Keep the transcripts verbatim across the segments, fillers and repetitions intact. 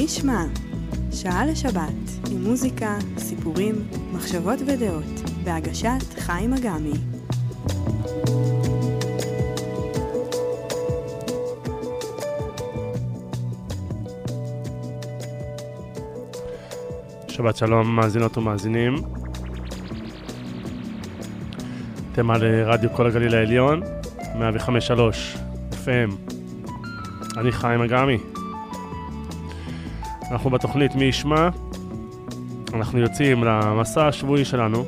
ישמע? שעה לשבת, עם מוזיקה, סיפורים, מחשבות ודעות, בהגשת חיים אגמי. שבת שלום מאזינות ומאזינים. אתם על רדיו כל הגליל העליון, מאה וחמש שלוש אף אם. אני חיים אגמי. אנחנו בתוכנית מי ישמע. אנחנו יוצאים למסע השבועי שלנו.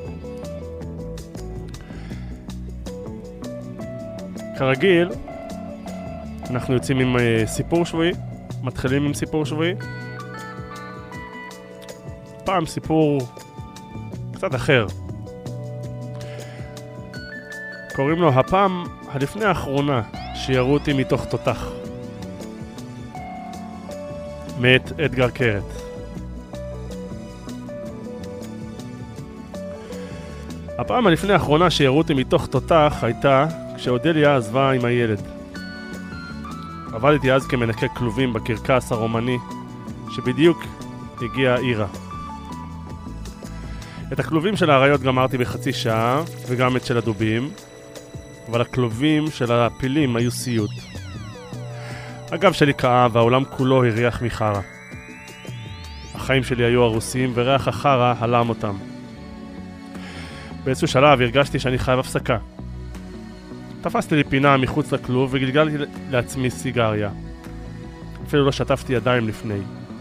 כרגיל, אנחנו יוצאים עם סיפור שבועי. מתחילים עם סיפור שבועי. פעם סיפור קצת אחר. קוראים לו הפעם הלפני האחרונה שירו אותי מתוך תותח. מאת אדגר קרת. הפעם הלפני האחרונה שירו אותי מתוך תותח הייתה כשאודליה עזבה עם הילד. עבדתי אז כמנקה כלובים בקרקס הרומני שבדיוק הגיעה עירה. את הכלובים של האריות גמרתי בחצי שעה, וגם את של הדובים, אבל הכלובים של הפילים היו סיוט. הגב שלי כאב, והעולם כולו הריח מחרה. החיים שלי היו הרוסים, וריח החרה הלם אותם. באיזשהו שלב הרגשתי שאני חייב הפסקה. תפסתי לי פינה מחוץ לכלוב, וגלגלתי לעצמי סיגריה. אפילו לא שטפתי ידיים לפני.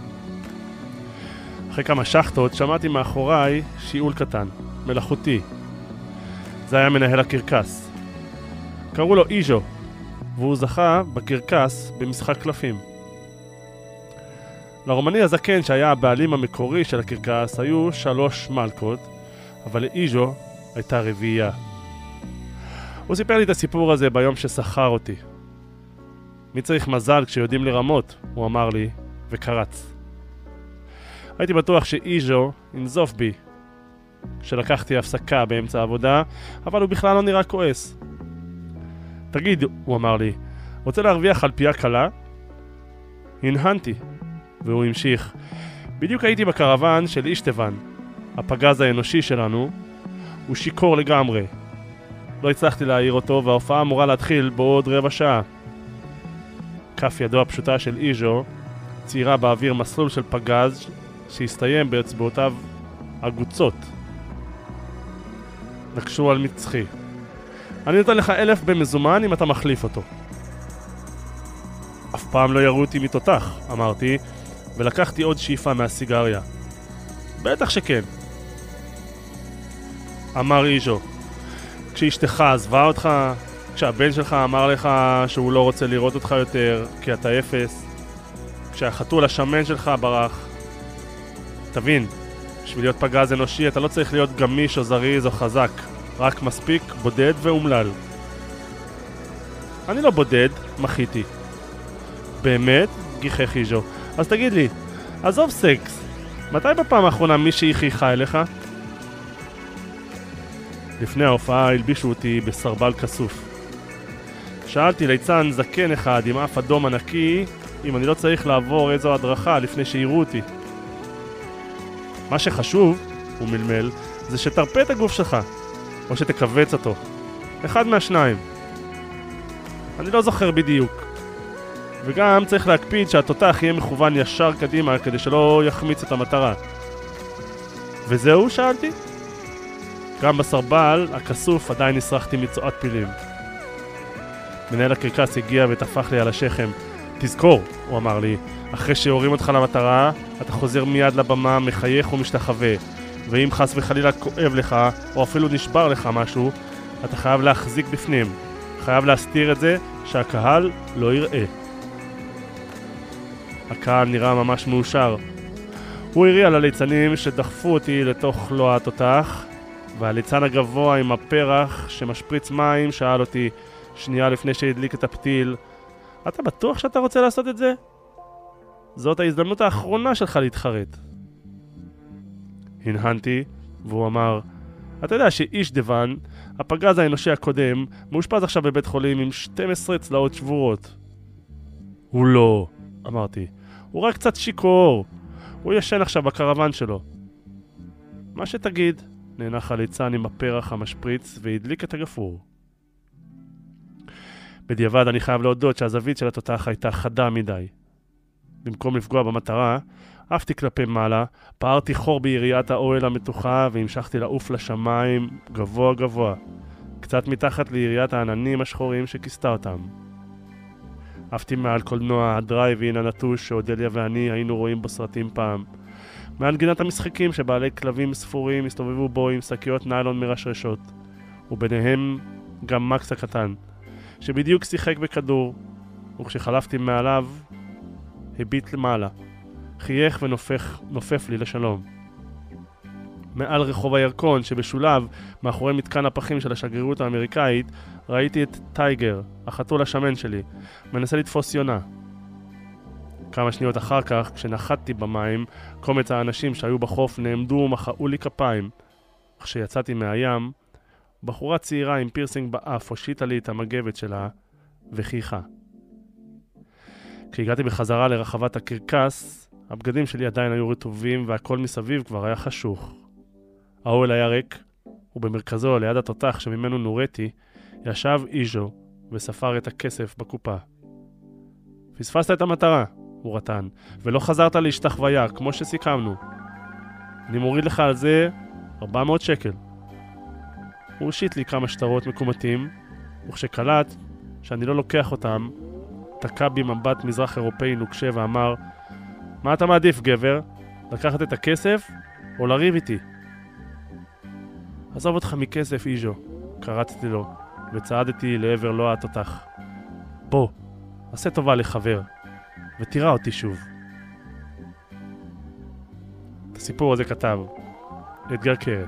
אחרי כמה שחטות שמעתי מאחוריי שיעול קטן, מלאכותי. זה היה מנהל הקרקס. קראו לו איז'ו, והוא זכה בקרקס במשחק קלפים. לרומני הזקן שהיה הבעלים המקורי של הקרקס היו שלוש מלכות, אבל לאיז'ו הייתה רביעייה. הוא סיפר לי את הסיפור הזה ביום ששכר אותי. מי צריך מזל כשיודעים לרמות, הוא אמר לי, וקרץ. הייתי בטוח שאיז'ו ינזוף בי כשלקחתי הפסקה באמצע העבודה, אבל הוא בכלל לא נראה כועס. תגיד, הוא אמר לי, רוצה להרוויח על פיה קלה? הנהנתי, והוא המשיך. בדיוק הייתי בקרוון של אישטבן, הפגז האנושי שלנו. הוא שיקור לגמרי. לא הצלחתי להעיר אותו, וההופעה אמורה להתחיל בעוד רבע שעה. כף ידו הפשוטה של איז'ו ציירה באוויר מסלול של פגז שהסתיים באצבעותיו הגוצות. נקשו על מצחי. אני נותן לך אלף במזומן אם אתה מחליף אותו. אף פעם לא ירו אותי מתותח, אמרתי, ולקחתי עוד שאיפה מהסיגריה. בטח שכן. אמר איז'ו, כשאשתך עזבה אותך, כשהבן שלך אמר לך שהוא לא רוצה לראות אותך יותר כי אתה אפס, כשהחתול השמן שלך ברח. תבין, בשביל להיות פגז אנושי אתה לא צריך להיות גמיש או זריז או חזק, רק מספיק בודד ואומלל. אני לא בודד, מחיתי. באמת? גיחך איז'ו. אז תגיד לי, עזוב סקס, מתי בפעם האחרונה מישהי חייכה אליך? לפני ההופעה הלבישו אותי בסרבל כסוף. שאלתי ליצן זקן אחד עם אף אדום ענקי אם אני לא צריך לעבור איזו הדרכה לפני שיראו אותי. מה שחשוב, הוא מלמל, זה שתרפה את הגוף שלך, או שתכווץ אותו. אחד מהשניים. אני לא זוכר בדיוק. וגם צריך להקפיד שהתותח יהיה מכוון ישר קדימה כדי שלא יחמיץ את המטרה. וזהו, שאלתי? גם בסרבל, הכסוף עדיין נשרחתי מצועת פילים. מנהל הקרקס הגיע ותפח לי על השכם. תזכור, הוא אמר לי, אחרי שיורים אותך למטרה, אתה חוזר מיד לבמה, מחייך ומשתחווה. ואם חס וחלילה כואב לך, או אפילו נשבר לך משהו, אתה חייב להחזיק בפנים. חייב להסתיר את זה שהקהל לא יראה. הקהל נראה ממש מאושר. הוא הריע לליצנים שדחפו אותי לתוך לוע התותח, והליצן הגבוה עם הפרח שמשפריץ מים שאל אותי שנייה לפני שהדליק את הפתיל, אתה בטוח שאתה רוצה לעשות את זה? זאת ההזדמנות האחרונה שלך להתחרט. הנהנתי, והוא אמר, אתה יודע שאישטבן, הפגז האנושי הקודם, מאושפז עכשיו בבית חולים עם שתים עשרה צלעות שבורות. הוא לא, אמרתי, הוא רק קצת שיקור. הוא ישן עכשיו בקרוון שלו. מה שתגיד, נאנח הליצן עם הפרח המשפריץ והדליק את הגפרור. בדיעבד אני חייב להודות שהזווית של התותח הייתה חדה מדי. במקום לפגוע במטרה, עפתי כלפי מעלה, פערתי חור ביריית האוהל המתוחה והמשכתי לעוף לשמיים גבוה גבוה, קצת מתחת ליריית העננים השחורים שכיסתה אותם. עפתי מעל קולנוע הדרייב-אין הנטוש שאודליה ואני היינו רואים בסרטים פעם, מעל גינת המשחקים שבעלי כלבים ספורים הסתובבו בו עם שקיות ניילון מרשרשות, וביניהם גם מקס הקטן, שבדיוק שיחק בכדור, וכשחלפתי מעליו, הביט למעלה, חייך ונופף נופף לי לשלום. מעל רחוב הירקון שבשולב, מאחורי מתקן הפחים של השגרירות האמריקאית, ראיתי את טייגר, החתול השמן שלי, מנסה לתפוס יונה. כמה שניות אחר כך, כשנחתתי במים, קומץ האנשים שהיו בחוף נעמדו ומחאו לי כפיים. כשיצאתי מהים, בחורה צעירה עם פירסינג באף הושיטה לי את המגבת שלה וחייכה. כשהגעתי בחזרה לרחבת הקרקס, הבגדים שלי עדיין היו רטובים והכל מסביב כבר היה חשוך. האוהל היה ריק, ובמרכזו, ליד התותח שממנו נוריתי, ישב איז'ו וספר את הכסף בקופה. פספסת את המטרה, הוא רטן, ולא חזרת להשתחוויה כמו שסיכמנו. אני מוריד לך על זה ארבע מאות שקל. הוא הושיט לי כמה שטרות מקומתים, וכשקלט שאני לא לוקח אותם, תקע בי מבט מזרח אירופאי נוקשה ואמר, מה אתה מעדיף גבר? לקחת את הכסף או לריב איתי? עזוב אותך מכסף איז'ו, קראתי לו, וצעדתי לעבר לא התותח. בוא, עשה טובה לחבר, ותראה אותי שוב. את הסיפור הזה כתב אדגר קרת.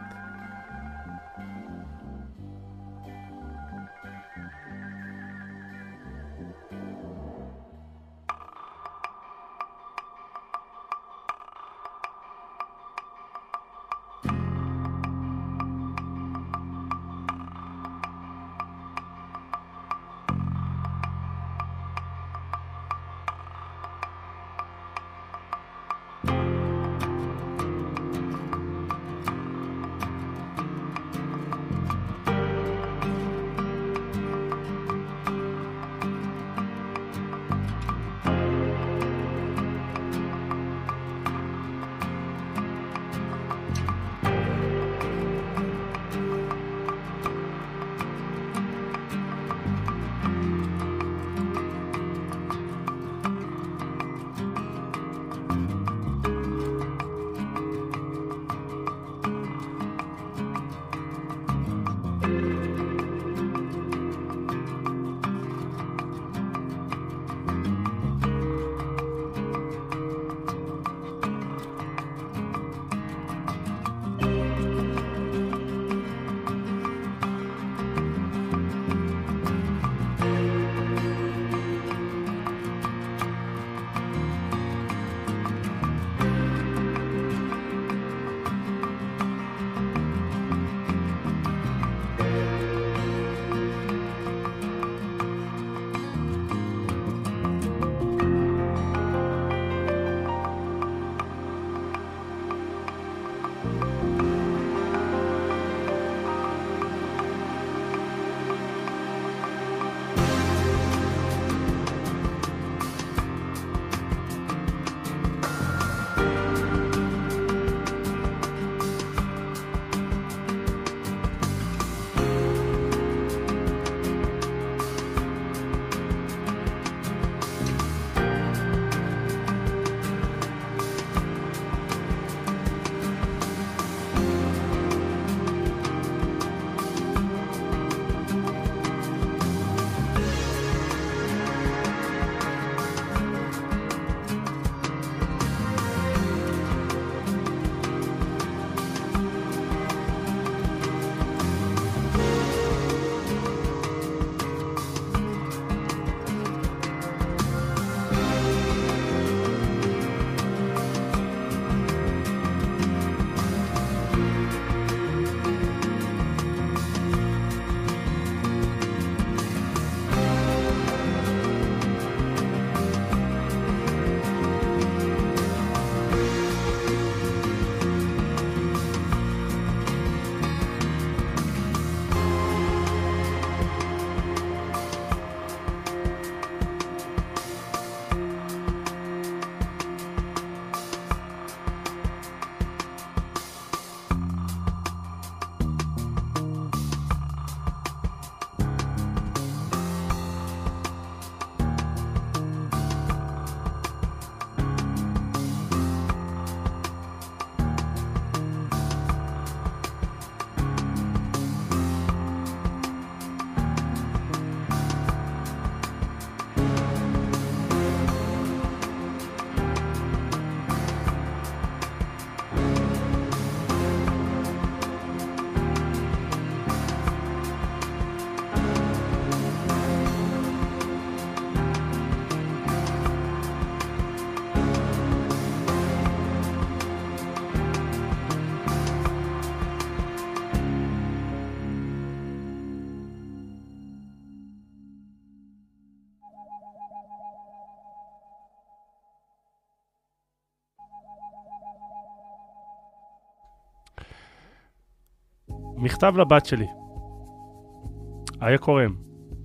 מכתב לבת שלי. איה קורם.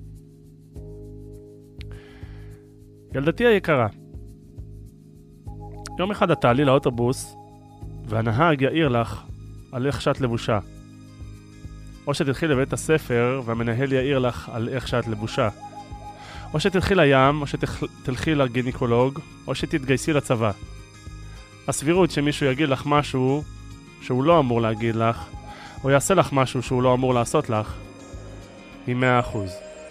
ילדתי היקרה, יום אחד את תעלי לאוטובוס והנהג יעיר לך על איך שאת לבושה. או שתלכי לבית הספר והמנהל יעיר לך על איך שאת לבושה. או שתלכי לים, או שתלכי לגינקולוג, או שתתגייסי לצבא. הסבירות שמישהו יגיד לך משהו שהוא לא אמור להגיד לך, או יעשה לך משהו שהוא לא אמור לעשות לך, היא מאה אחוז.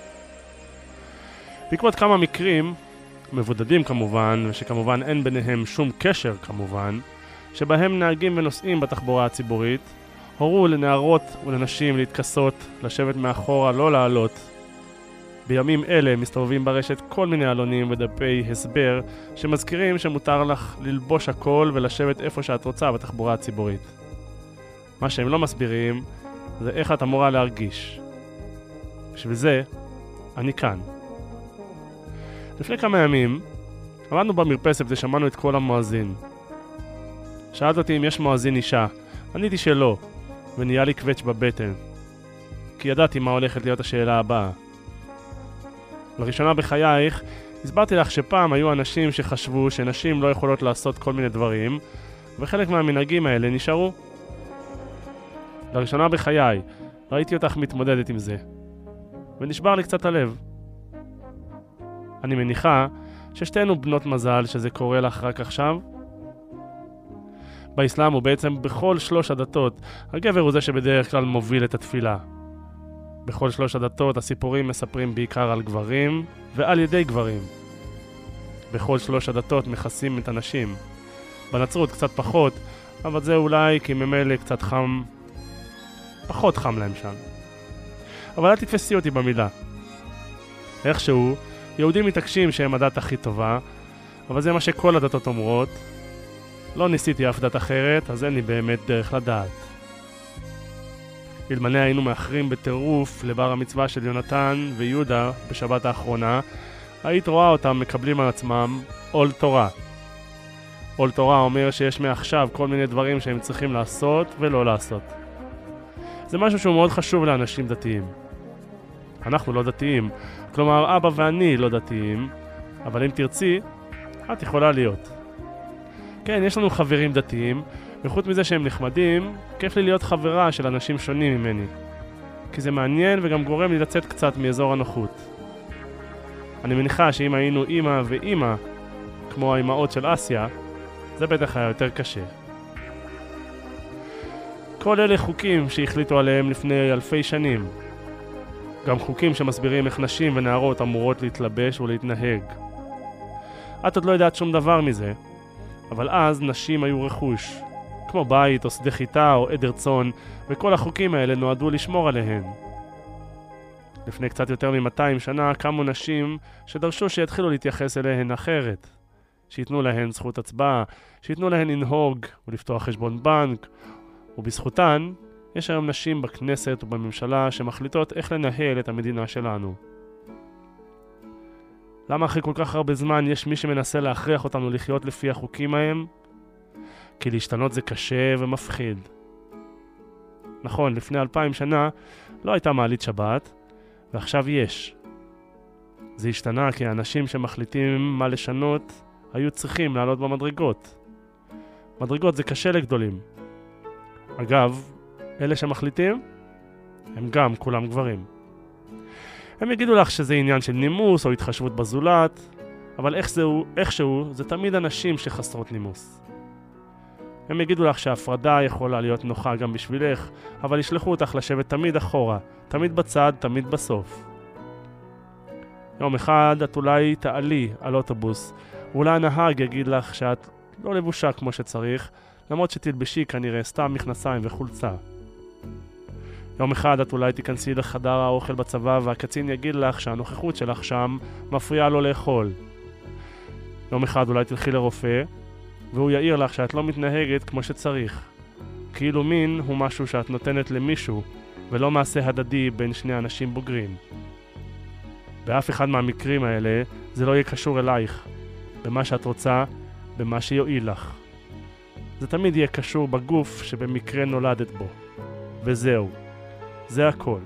בעקבות כמה מקרים, מבודדים כמובן, ושכמובן אין ביניהם שום קשר כמובן, שבהם נהגים ונוסעים בתחבורה הציבורית, הורו לנערות ולנשים להתכסות, לשבת מאחורה, לא לעלות. בימים אלה מסתובבים ברשת כל מיני עלונים ודפי הסבר שמזכירים שמותר לך ללבוש הכל ולשבת איפה שאת רוצה בתחבורה הציבורית. מה שהם לא מסבירים זה איך את אמורה להרגיש. בשביל זה אני כאן. לפני כמה ימים עמדנו במרפסת ושמענו את כל המואזין. שאלת אותי אם יש מואזין אישה. עניתי שלא, ונהיה לי קווץ' בבטן, כי ידעתי מה הולכת להיות השאלה הבאה. לראשונה בחייך הסברתי לך שפעם היו אנשים שחשבו שנשים לא יכולות לעשות כל מיני דברים, וחלק מהמנהגים האלה נשארו. לראשונה בחיי ראיתי אותך מתמודדת עם זה, ונשבר לי קצת הלב. אני מניחה ששתינו בנות מזל שזה קורה לך רק עכשיו. באסלאם ובעצם בכל שלוש הדתות, הגבר הוא זה שבדרך כלל מוביל את התפילה. בכל שלוש הדתות הסיפורים מספרים בעיקר על גברים ועל ידי גברים. בכל שלוש הדתות מכסים את הנשים. בנצרות קצת פחות, אבל זה אולי כי ממילא קצת חם, פחות חם להם שם. אבל אל תתפסי אותי במילה. איכשהו, יהודים מתעקשים שהם הדת הכי טובה, אבל זה מה שכל הדתות אומרות. לא ניסיתי אף דת אחרת, אז אין לי באמת דרך לדעת. אלמלא היינו מאחרים בטירוף לבר המצווה של יונתן ויהודה בשבת האחרונה, היית רואה אותם מקבלים על עצמם עול תורה. עול תורה אומר שיש מעכשיו כל מיני דברים שהם צריכים לעשות ולא לעשות. זה משהו שהוא מאוד חשוב לאנשים דתיים. אנחנו לא דתיים, כלומר אבא ואני לא דתיים, אבל אם תרצי, את יכולה להיות. כן, יש לנו חברים דתיים, וחוץ מזה שהם נחמדים, כיף לי להיות חברה של אנשים שונים ממני. כי זה מעניין וגם גורם לי לצאת קצת מאזור הנוחות. אני מניחה שאם היינו אמא ואמא, כמו האמאות של אסיה, זה בטח היה יותר קשה. כל אלה חוקים שהחליטו עליהם לפני אלפי שנים. גם חוקים שמסבירים איך נשים ונערות אמורות להתלבש ולהתנהג. את עוד לא יודעת שום דבר מזה, אבל אז נשים היו רכוש, כמו בית או שדה חיטה או עדר צאן, וכל החוקים האלה נועדו לשמור עליהן. לפני קצת יותר מ-מאתיים שנה קמו נשים שדרשו שיתחילו להתייחס אליהן אחרת, שיתנו להן זכות הצבעה, שיתנו להן לנהוג ולפתוח חשבון בנק, ובזכותן יש היום נשים בכנסת ובממשלה שמחליטות איך לנהל את המדינה שלנו. למה אחרי כל כך הרבה זמן יש מי שמנסה להכריח אותנו לחיות לפי החוקים ההם? כי להשתנות זה קשה ומפחיד. נכון, לפני אלפיים שנה לא הייתה מעלית שבת, ועכשיו יש. זה השתנה כי האנשים שמחליטים מה לשנות היו צריכים לעלות במדרגות. מדרגות זה קשה לגדולים. אגב, אלה שמחליטים הם גם כולם גברים. הם יגידו לך שזה עניין של נימוס או התחשבות בזולת, אבל איכשהו, איכשהו זה תמיד אנשים שחסרות נימוס. הם יגידו לך שההפרדה יכולה להיות נוחה גם בשבילך, אבל ישלחו אותך לשבת תמיד אחורה, תמיד בצד, תמיד בסוף. יום אחד את אולי תעלי על אוטובוס, ואולי הנהג יגיד לך שאת לא לבושה כמו שצריך, למרות שתלבשי כנראה סתם מכנסיים וחולצה. יום אחד את אולי תיכנסי לחדר האוכל בצבא והקצין יגיד לך שהנוכחות שלך שם מפריעה לו לאכול. יום אחד אולי תלכי לרופא והוא יעיר לך שאת לא מתנהגת כמו שצריך. כאילו מין הוא משהו שאת נותנת למישהו ולא מעשה הדדי בין שני אנשים בוגרים. באף אחד מהמקרים האלה זה לא יהיה קשור אלייך, במה שאת רוצה, במה שיועיל לך. זה תמיד יהיה קשור בגוף שבמקרה נולדת בו. וזהו. זה הכל.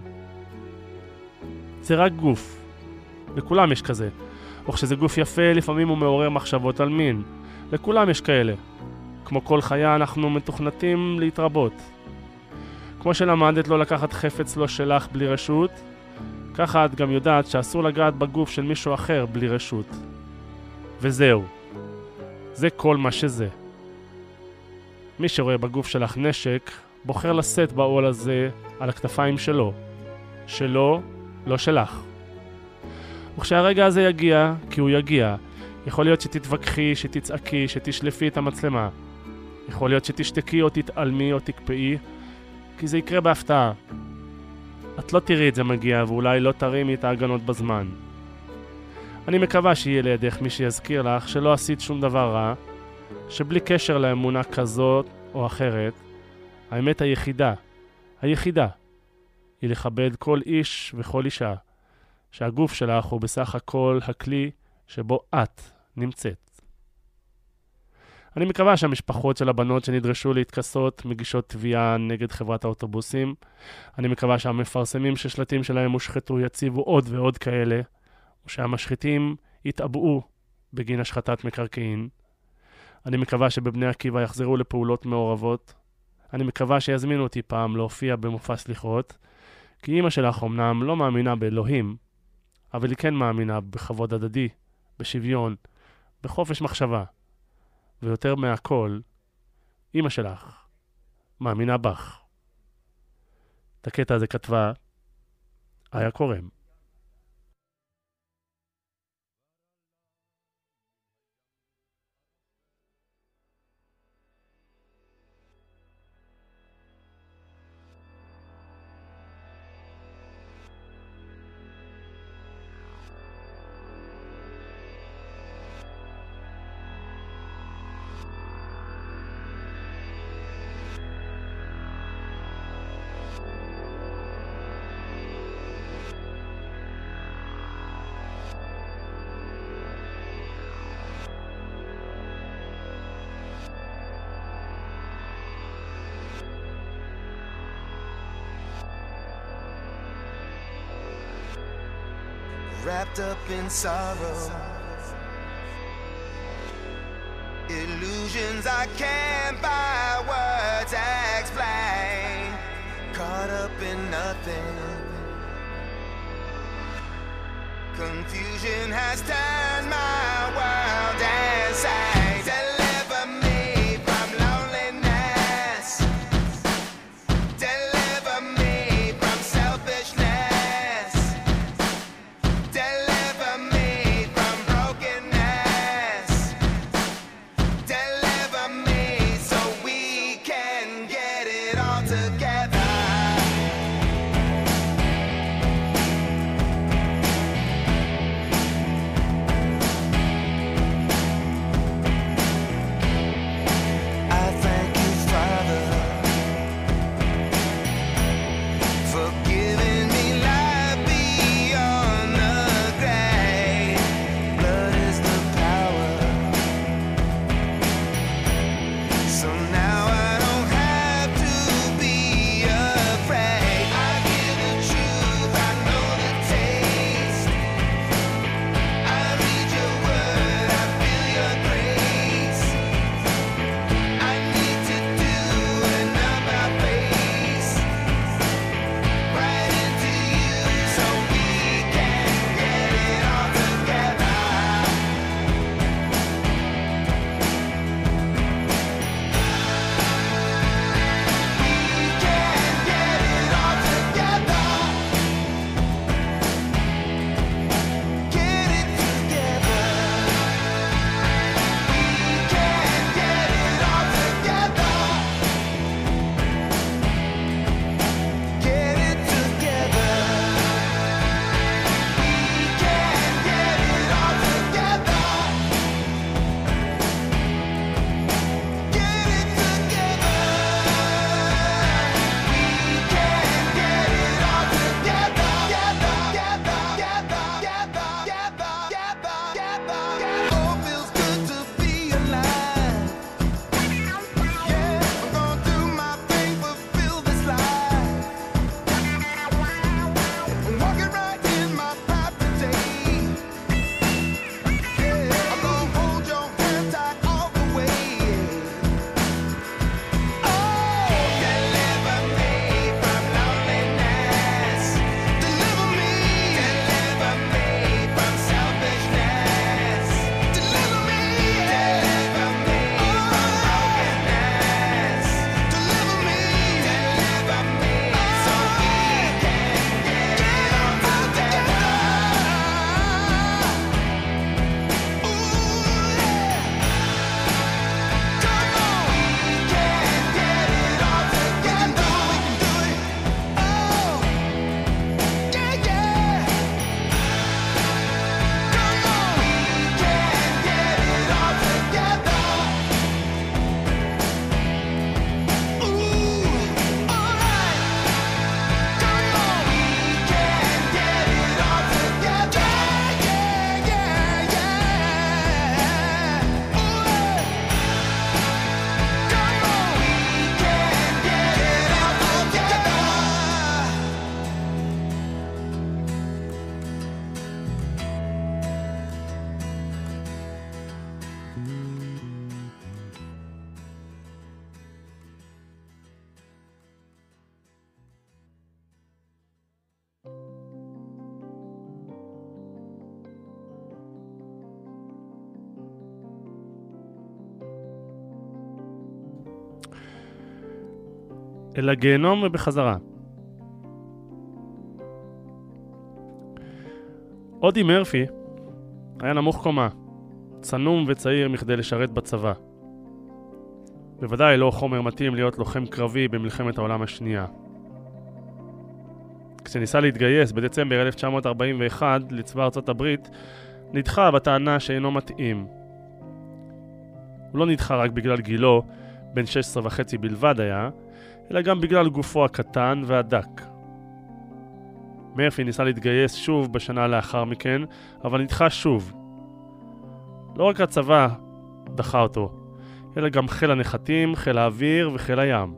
זה רק גוף. לכולם יש כזה. וכשזה גוף יפה, לפעמים הוא מעורר מחשבות על מין. לכולם יש כאלה. כמו כל חיה, אנחנו מתוכנתים להתרבות. כמו שלמדת לא לקחת חפץ לא שלך בלי רשות, ככה את גם יודעת שאסור לגעת בגוף של מישהו אחר בלי רשות. וזהו. זה כל מה שזה. מי שרואה בגוף שלך נשק, בוחר לשאת בעול הזה על הכתפיים שלו. שלו, לא שלך. וכשהרגע הזה יגיע, כי הוא יגיע, יכול להיות שתתווכחי, שתצעקי, שתשלפי את המצלמה. יכול להיות שתשתקי או תתעלמי או תקפאי, כי זה יקרה בהפתעה. את לא תראי את זה מגיע, ואולי לא תרימי את ההגנות בזמן. אני מקווה שיהיה לידך מי שיזכיר לך שלא עשית שום דבר רע, שבלי קשר לאמונה כזאת או אחרת, האמת היחידה, היחידה, היא לכבד כל איש וכל אישה, שהגוף שלך הוא בסך הכל הכלי שבו את נמצאת. אני מקווה שהמשפחות של הבנות שנדרשו להתכסות מגישות תביעה נגד חברת האוטובוסים. אני מקווה שהמפרסמים ששלטים שלהם הושחתו יציבו עוד ועוד כאלה, ושהמשחיתים יתאבעו בגין השחתת מקרקעין. אני מקווה שבבני עקיבא יחזרו לפעולות מעורבות. אני מקווה שיזמינו אותי פעם להופיע במופע סליחות, כי אמא שלך אמנם לא מאמינה באלוהים, אבל היא כן מאמינה בכבוד הדדי, בשוויון, בחופש מחשבה. ויותר מהכל, אמא שלך מאמינה בך. את הקטע הזה כתבה איה קורם. Wrapped up in sorrow, illusions I can't by words explain, caught up in nothing. Confusion has turned my world insane. Deliver me from loneliness, deliver me from selfishness, deliver me from brokenness, deliver me so we can get it all together. אל הגיהנום ובחזרה. אודי מרפי היה נמוך קומה, צנום וצעיר מכדי לשרת בצבא. בוודאי לא חומר מתאים להיות לוחם קרבי במלחמת העולם השנייה. כשניסה להתגייס בדצמבר אלף תשע מאות ארבעים ואחת לצבא ארצות הברית, נדחה בטענה שאינו מתאים. הוא לא נדחה רק בגלל גילו, בן שש עשרה וחצי בלבד היה, אלא גם בגלל גופו הקטן והדק. מרפי ניסה להתגייס שוב בשנה לאחר מכן, אבל נדחה שוב. לא רק הצבא דחה אותו, אלא גם חיל הנחתים, חיל האוויר וחיל הים.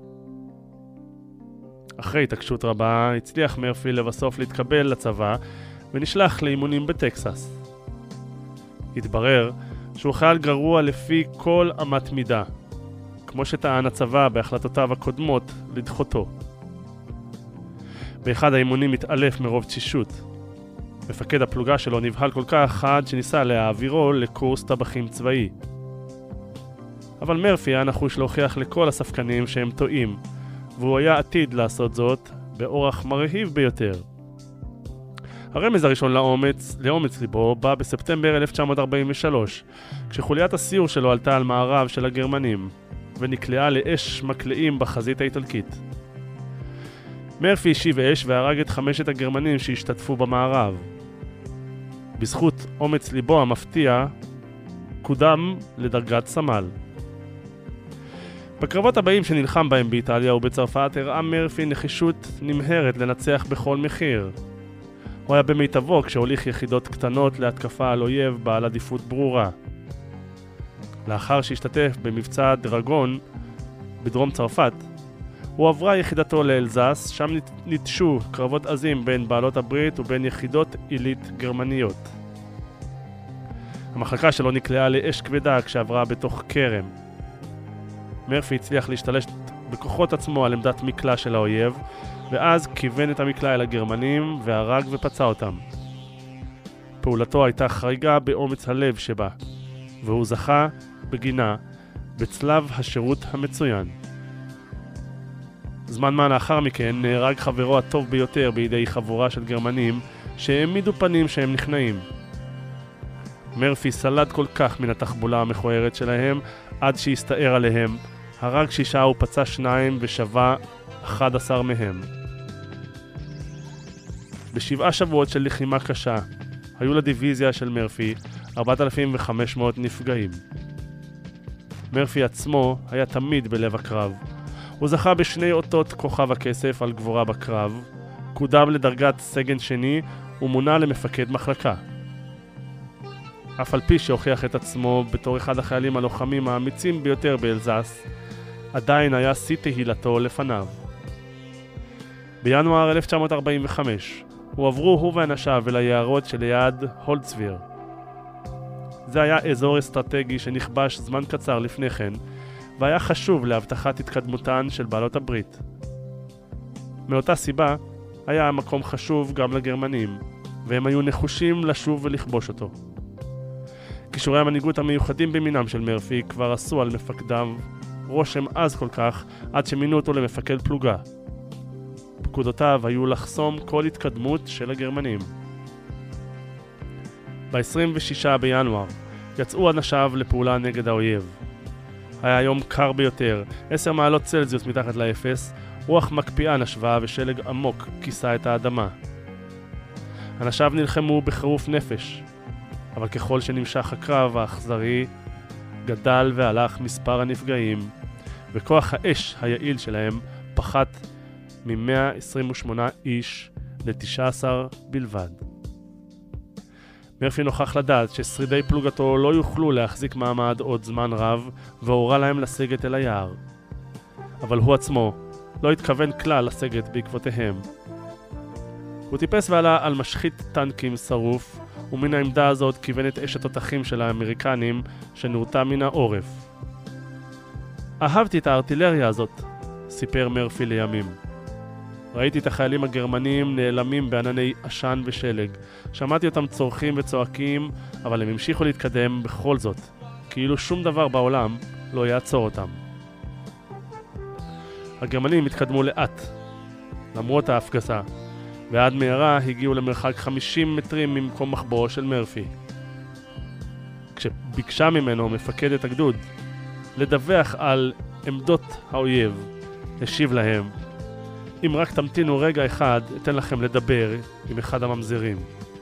אחרי התעקשות רבה, הצליח מרפי לבסוף להתקבל לצבא ונשלח לאימונים בטקסס. התברר שהוא חייל גרוע לפי כל אמת מידה, כמו שטען הצבא בהחלטותיו הקודמות לדחותו. באחד האימונים התעלף מרוב תשישות. מפקד הפלוגה שלו נבהל כל כך עד שניסה להעבירו לקורס טבחים צבאי. אבל מרפי היה נחוש להוכיח לכל הספקנים שהם טועים, והוא היה עתיד לעשות זאת באורח מרהיב ביותר. הרמז הראשון לאומץ, לאומץ ליבו בא בספטמבר אלף תשע מאות ארבעים ושלוש, כשחוליית הסיור שלו עלתה על מערב של הגרמנים, ונקלעה לאש מקלעים בחזית האיטלקית. מרפי השיב אש והרג את חמשת הגרמנים שהשתתפו במערב. בזכות אומץ ליבו המפתיע, קודם לדרגת סמל. בקרבות הבאים שנלחם בהם באיטליה ובצרפת הראה מרפי נחישות נמהרת לנצח בכל מחיר. הוא היה במיטבו כשהוליך יחידות קטנות להתקפה על אויב בעל עדיפות ברורה. לאחר שהשתתף במבצע דרגון בדרום צרפת, הוא עברה יחידתו לאלזס, שם ניטשו קרבות עזים בין בעלות הברית ובין יחידות עילית גרמניות. המחלקה שלו נקלעה לאש כבדה כשעברה בתוך קרם. מרפי הצליח להשתלש בכוחות עצמו על עמדת מקלע של האויב, ואז כיוון את המקלע אל הגרמנים והרג ופצע אותם. פעולתו הייתה חריגה באומץ הלב שבה, והוא זכה בגינה בצלב השירות המצוין. זמן מה לאחר מכן נהרג חברו הטוב ביותר בידי חבורה של גרמנים שהעמידו פנים שהם נכנעים. מרפי סלד כל כך מן התחבולה המכוערת שלהם עד שהסתער עליהם, הרג שישה ופצע שניים ושווה אחד עשר מהם. בשבעה שבועות של לחימה קשה היו לדיוויזיה של מרפי ארבעת אלפים וחמש מאות נפגעים. מרפי עצמו היה תמיד בלב הקרב. הוא זכה בשני אותות כוכב הכסף על גבורה בקרב, קודם לדרגת סגן שני ומונה למפקד מחלקה. אף על פי שהוכיח את עצמו בתור אחד החיילים הלוחמים האמיצים ביותר באלזס, עדיין היה שיא תהילתו לפניו. בינואר אלף תשע מאות ארבעים וחמש הועברו הוא ואנשיו אל היערות שליד הולצוויר. זה היה אזור אסטרטגי שנכבש זמן קצר לפני כן, והיה חשוב להבטחת התקדמותן של בעלות הברית. מאותה סיבה היה המקום חשוב גם לגרמנים, והם היו נחושים לשוב ולכבוש אותו. כישורי המנהיגות המיוחדים במינם של מרפי כבר עשו על מפקדיו רושם עז כל כך עד שמינו אותו למפקד פלוגה. פקודותיו היו לחסום כל התקדמות של הגרמנים. ב-עשרים ושישה בינואר יצאו אנשיו לפעולה נגד האויב. היה יום קר ביותר, עשר מעלות צלזיוס מתחת לאפס, רוח מקפיאה נשבה ושלג עמוק כיסה את האדמה. אנשיו נלחמו בחירוף נפש, אבל ככל שנמשך הקרב האכזרי, גדל והלך מספר הנפגעים, וכוח האש היעיל שלהם פחת מ-מאה עשרים ושמונה איש ל-תשע עשרה בלבד. מרפי נוכח לדעת ששרידי פלוגתו לא יוכלו להחזיק מעמד עוד זמן רב, והורה להם לסגת אל היער. אבל הוא עצמו לא התכוון כלל לסגת בעקבותיהם. הוא טיפס ועלה על משחית טנקים שרוף, ומן העמדה הזאת כיוון את אש התותחים של האמריקנים שנורתה מן העורף. אהבתי את הארטילריה הזאת, סיפר מרפי לימים. ראיתי את החיילים הגרמנים נעלמים בענני עשן ושלג. שמעתי אותם צורכים וצועקים, אבל הם המשיכו להתקדם בכל זאת, כאילו שום דבר בעולם לא יעצור אותם. הגרמנים התקדמו לאט, למרות ההפגזה, ועד מהרה הגיעו למרחק חמישים מטרים ממקום מחבואו של מרפי. כשביקשה ממנו מפקדת הגדוד לדווח על עמדות האויב, השיב להם, אם רק תמתינו רגע אחד, אתן לכם לדבר עם אחד הממזרים.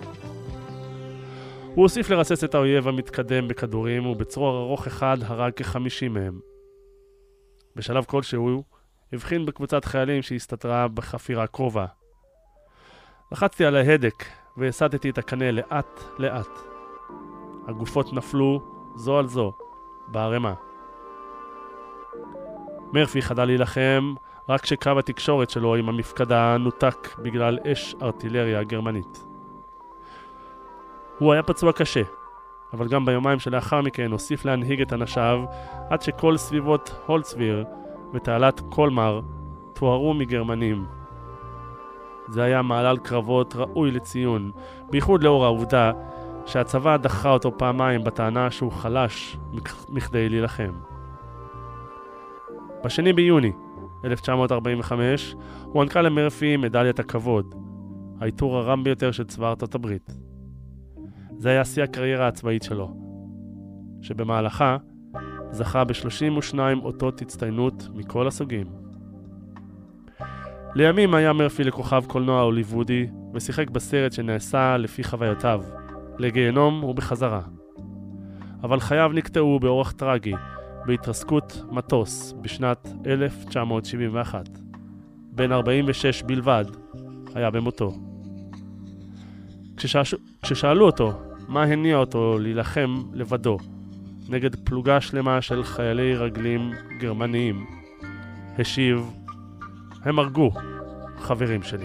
הוא הוסיף לרסס את האויב המתקדם בכדורים, ובצרור ארוך אחד הרג כ-חמישים מהם. בשלב כלשהו, הבחין בקבוצת חיילים שהסתתרה בחפירה קרובה. לחצתי על ההדק והסעתי את הקנה לאט לאט. הגופות נפלו זו על זו בערימה. מרפי חדל להילחם רק שקו התקשורת שלו עם המפקדה נותק בגלל אש ארטילריה גרמנית. הוא היה פצוע קשה, אבל גם ביומיים שלאחר מכן הוסיף להנהיג את אנשיו עד שכל סביבות הולצוויר ותעלת קולמר תוארו מגרמנים. זה היה מעלל קרבות ראוי לציון, בייחוד לאור העובדה שהצבא דחה אותו פעמיים בטענה שהוא חלש מכדי להילחם. בשני ביוני אלף תשע מאות ארבעים וחמש הוא ענקה למרפי מדליית הכבוד, העיטור הרם ביותר של צבא ארצות הברית. זה היה שיא הקריירה הצבאית שלו, שבמהלכה זכה ב-שלושים ושתיים אותות הצטיינות מכל הסוגים. לימים היה מרפי לכוכב קולנוע הוליוודי ושיחק בסרט שנעשה לפי חוויותיו, לגיהנום ובחזרה. אבל חייו נקטעו באורח טרגי בהתרסקות מטוס בשנת אלף תשע מאות שבעים ואחת. בן ארבעים ושש בלבד היה במותו. כששאש... כששאלו אותו מה הניע אותו להילחם לבדו נגד פלוגה שלמה של חיילי רגלים גרמניים, השיב, הם הרגו חברים שלי.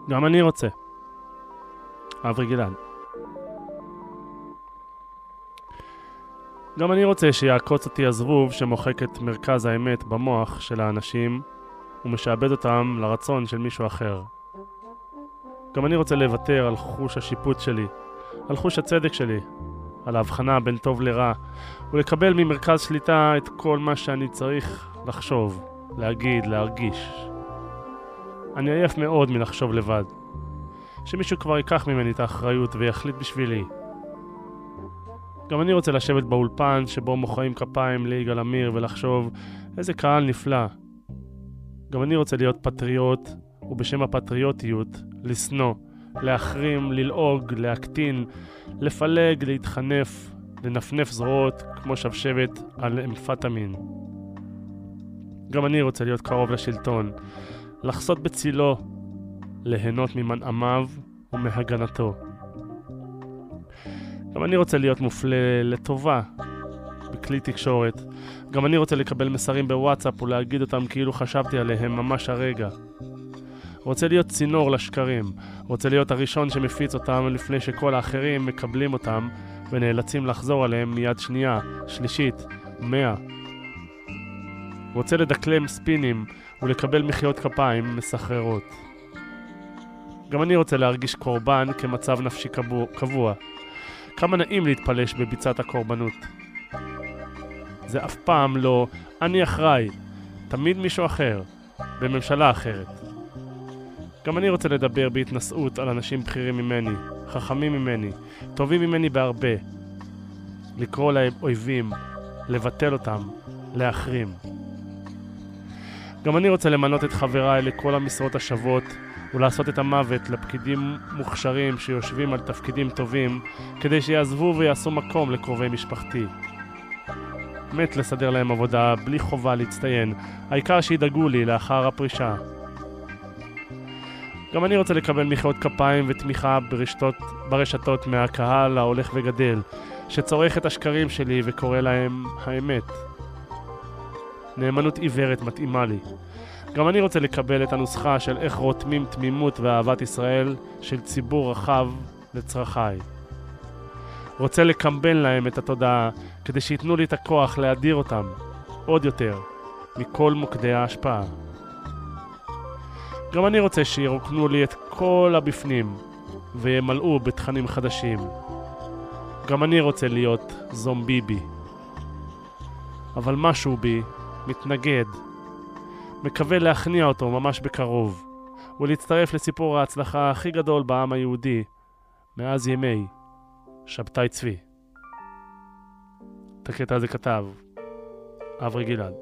גם אני רוצה. אברי גלעד. גם אני רוצה שיעקוץ אותי הזבוב שמוחק את מרכז האמת במוח של האנשים ומשעבד אותם לרצון של מישהו אחר. גם אני רוצה לוותר על חוש השיפוט שלי, על חוש הצדק שלי, על ההבחנה בין טוב לרע, ולקבל ממרכז שליטה את כל מה שאני צריך לחשוב, להגיד, להרגיש. אני עייף מאוד מלחשוב לבד. שמישהו כבר ייקח ממני את האחריות ויחליט בשבילי. גם אני רוצה לשבת באולפן שבו מוחאים כפיים ליגאל עמיר ולחשוב איזה קהל נפלא. גם אני רוצה להיות פטריוט, ובשם הפטריוטיות, לסנוע, להחרים, ללעוג, להקטין, לפלג, להתחנף, לנפנף זרועות כמו שבשבת על אמפטמין. גם אני רוצה להיות קרוב לשלטון, לחסות בצילו, ליהנות ממנעמיו ומהגנתו. גם אני רוצה להיות מופלה לטובה בכלי תקשורת. גם אני רוצה לקבל מסרים בוואטסאפ ולהגיד אותם כאילו חשבתי עליהם ממש הרגע. רוצה להיות צינור לשקרים. רוצה להיות הראשון שמפיץ אותם לפני שכל האחרים מקבלים אותם ונאלצים לחזור עליהם מיד שנייה, שלישית, מאה. רוצה לדקלם ספינים ולקבל מחיאות כפיים מסחררות. גם אני רוצה להרגיש קורבן כמצב נפשי קבוע. כמה נעים להתפלש בביצת הקורבנות. זה אף פעם לא אני אחראי, תמיד מישהו אחר, בממשלה אחרת. גם אני רוצה לדבר בהתנשאות על אנשים בכירים ממני, חכמים ממני, טובים ממני בהרבה. לקרוא להם אויבים, לבטל אותם, להחרים. גם אני רוצה למנות את חבריי לכל המשרות השוות ולעשות את המוות לפקידים מוכשרים שיושבים על תפקידים טובים כדי שיעזבו ויעשו מקום לקרובי משפחתי. מת לסדר להם עבודה בלי חובה להצטיין, העיקר שידאגו לי לאחר הפרישה. גם אני רוצה לקבל מחיאות כפיים ותמיכה ברשתות, ברשתות מהקהל ההולך וגדל, שצורך את השקרים שלי וקורא להם האמת. נאמנות עיוורת מתאימה לי. גם אני רוצה לקבל את הנוסחה של איך רותמים תמימות ואהבת ישראל של ציבור רחב לצרכיי. רוצה לקמבן להם את התודעה כדי שיתנו לי את הכוח להדיר אותם עוד יותר מכל מוקדי ההשפעה. גם אני רוצה שירוקנו לי את כל הבפנים וימלאו בתכנים חדשים. גם אני רוצה להיות זומביבי. אבל משהו בי מתנגד. מקווה להכניע אותו ממש בקרוב ולהצטרף לסיפור ההצלחה הכי גדול בעם היהודי מאז ימי שבתאי צבי. את הקטע הזה כתב אברי גלעד.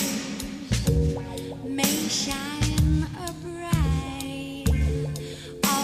Stars may shine a bright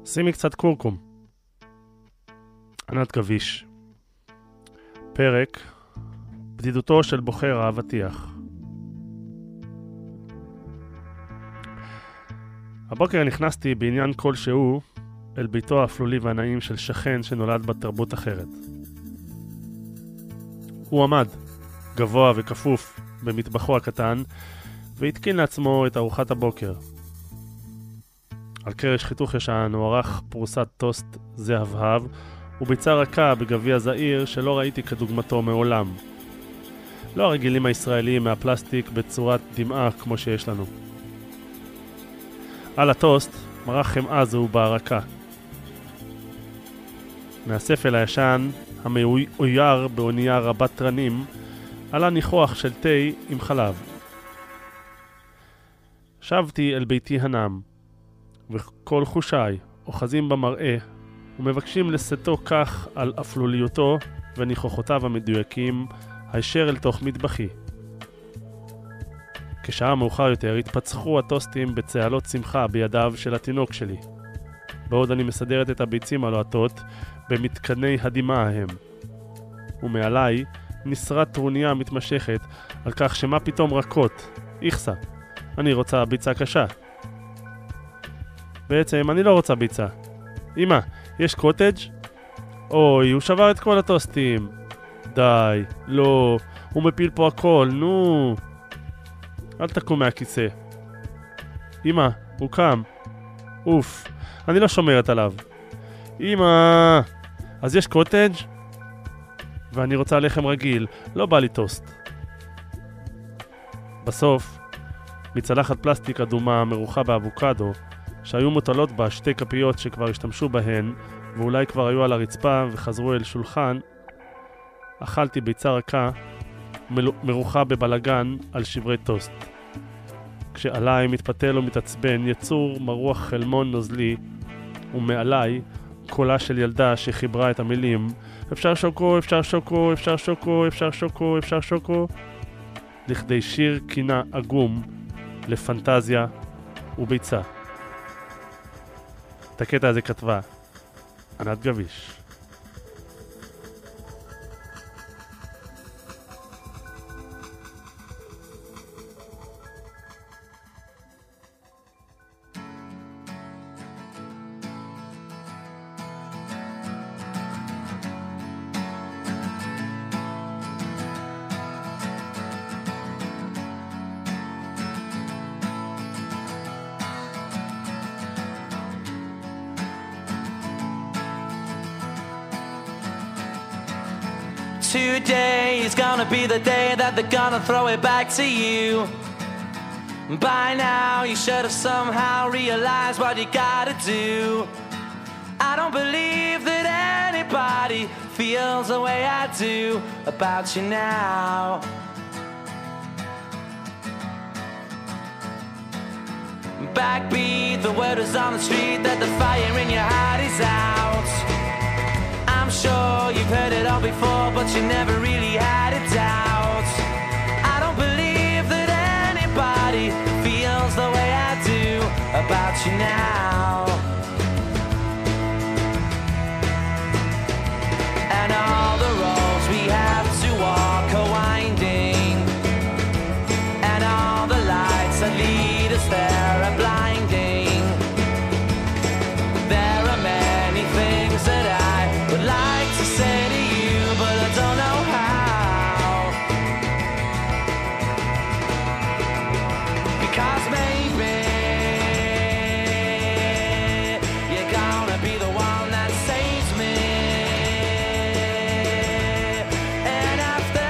שימי קצת קורקום. ענת גביש. פרק בדידותו של בוחר האבטיח. הבוקר נכנסתי בעניין כלשהו אל ביתו האפלולי והנעים של שכן שנולד בתרבות אחרת. הוא עמד, גבוה וכפוף, במטבחו הקטן, והתקין לעצמו את ארוחת הבוקר. על קרש חיתוך ישן הוא ערך פרוסת טוסט זהבהב, וביצה רכה בגביע זעיר שלא ראיתי כדוגמתו מעולם. לא הרגילים הישראליים מהפלסטיק בצורת דמעה כמו שיש לנו. על הטוסט מרח חמאה זו בהרקה. מהספל הישן, המאויר באונייה רבת תרנים, עלה ניחוח של תה עם חלב. שבתי אל ביתי הנם, וכל חושיי אוחזים במראה, ומבקשים לשאתו כך על אפלוליותו וניחוחותיו המדויקים, הישר אל תוך מטבחי. כשעה מאוחר יותר התפצחו הטוסטים בצהלות שמחה בידיו של התינוק שלי, בעוד אני מסדרת את הביצים הלוהטות במתקני הדמעה ההם. ומעליי נשרת טרוניה מתמשכת על כך שמה פתאום רכות, איכסה, אני רוצה ביצה קשה. בעצם אני לא רוצה ביצה. אמא, יש קוטג'? אוי, הוא שבר את כל הטוסטים. די, לא, הוא מפיל פה הכל, נו. אל תקום מהכיסא. אמא, הוא קם. אוף, אני לא שומרת עליו. אמא, אז יש קוטג'? ואני רוצה לחם רגיל, לא בא לי טוסט. בסוף, מצלחת פלסטיק אדומה מרוחה באבוקדו, שהיו מוטלות בה שתי כפיות שכבר השתמשו בהן, ואולי כבר היו על הרצפה וחזרו אל שולחן, אכלתי ביצה רכה מרוחה בבלגן על שברי טוסט. כשעליי מתפתל ומתעצבן יצור מרוח חלמון נוזלי, ומעליי קולה של ילדה שחיברה את המילים אפשר שוקו, אפשר שוקו, אפשר שוקו, אפשר שוקו, אפשר שוקו, לכדי שיר קינה עגום לפנטזיה וביצה. את הקטע הזה כתבה ענת גביש. Today is gonna be the day that they're gonna throw it back to you. By now you should have somehow realized what you gotta do. I don't believe that anybody feels the way I do about you now. Backbeat, the word is on the street that the fire in your heart is out. I'm sure you've heard it all before, but you never really had a doubt. I don't believe that anybody feels the way I do about you now. And all the roads we have to walk are winding, and all the lights that lead us there are blinding. There are many things that I would like to say to you, but I don't know how. Because maybe you're gonna be the one that saves me. And after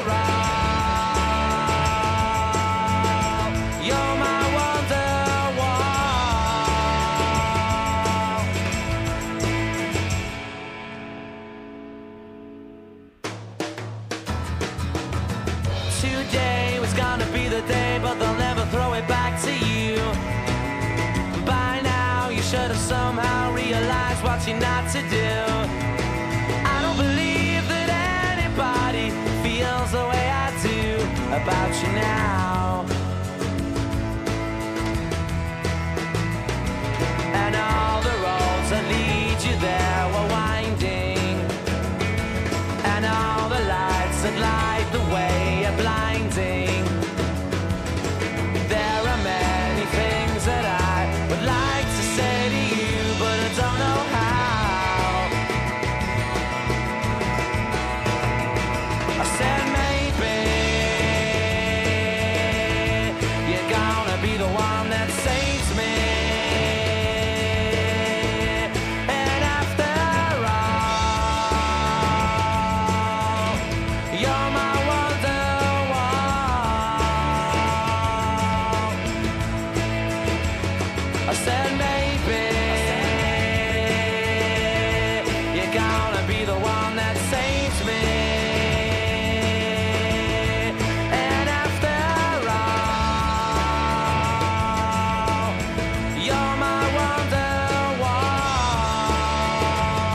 all, you're my Wonderwall. Today was gonna be the day, but they'll never throw it back to you. By now you should have somehow realized what you're not to do. I don't believe that anybody feels the way I do about you now. And all the roads I said maybe you're gonna be the one that saves me. And after all, you're my wonderwall.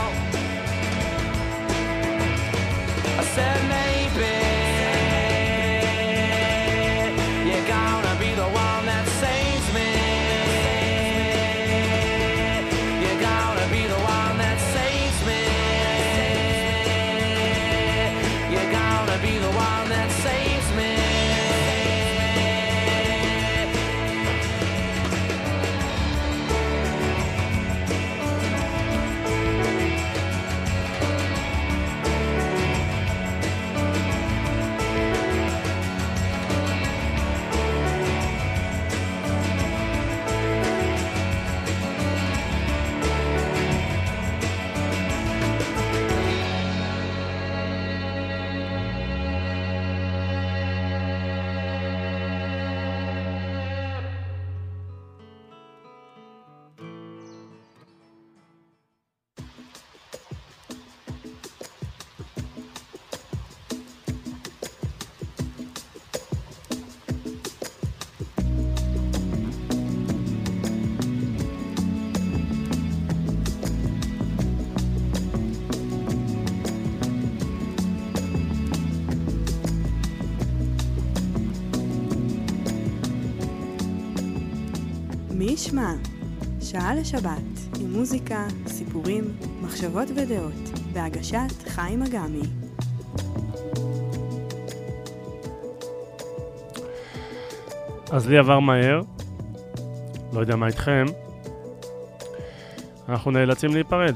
I said maybe you're gonna be the one that saves me. You're gonna be the one that saves me. You're gonna be the one that saves me. מי ישמע? שעה לשבת, עם מוזיקה, סיפורים, מחשבות ודעות, בהגשת חיים אגמי. אז לי עבר מהר, לא יודע מה איתכם, אנחנו נאלצים להיפרד.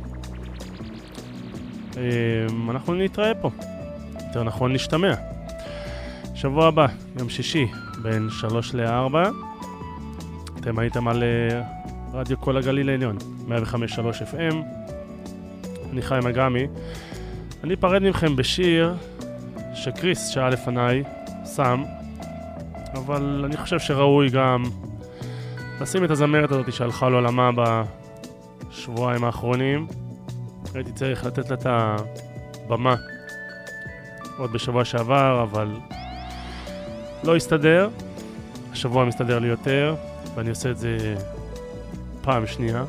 אנחנו נתראה פה, יותר נכון נשתמע. שבוע הבא, יום שישי, בין שלוש לארבע, אתם הייתם על רדיו כל הגליל העליון, מאה וחמש נקודה שלוש אף אם. אני חיים אגמי. אני אפרד מכם בשיר שקריס שעה לפניי שם, אבל אני חושב שראוי גם לשים את הזמרת הזאת שהלכה לעולמה בשבועיים האחרונים. הייתי צריך לתת לה את הבמה עוד בשבוע שעבר, אבל לא הסתדר. השבוע מסתדר לי יותר, ואני עושה את זה פעם שנייה.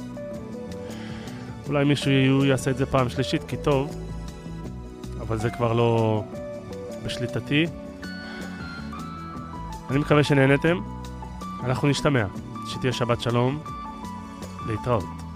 אולי מישהו יעשה את זה פעם שלישית, כי טוב, אבל זה כבר לא בשליטתי. אני מקווה שנהנתם. אנחנו נשתמע. שתהיה שבת שלום. להתראות.